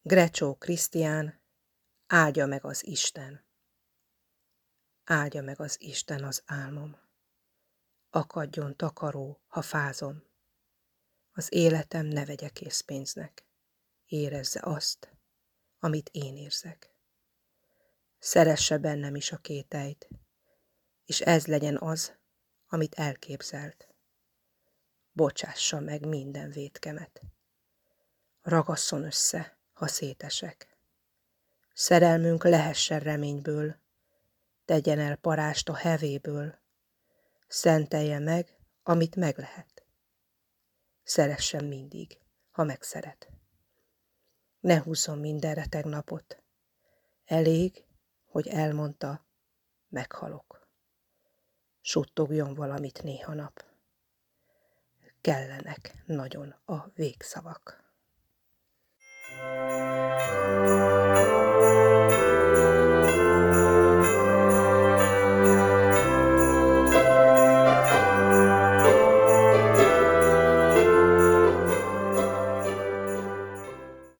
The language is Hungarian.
Grecsó Krisztián, áldja meg az Isten. Áldja meg az Isten az álmom. Akadjon takaró, ha fázom. Az életem ne vegye készpénznek. Érezze azt, amit én érzek. Szeresse bennem is a kételyt, és ez legyen az, amit elképzelt. Bocsássa meg minden vétkemet. Ragasszon össze, ha szétesek. Szerelmünk lehessen reményből, tegyen el parást a hevéből, szentelje meg, amit meg lehet. Szeressen mindig, ha megszeret. Ne húzzon mindenre tegnapot. Elég, hogy elmondta, meghalok. Suttogjon valamit néha nap. Kellenek nagyon a végszavak.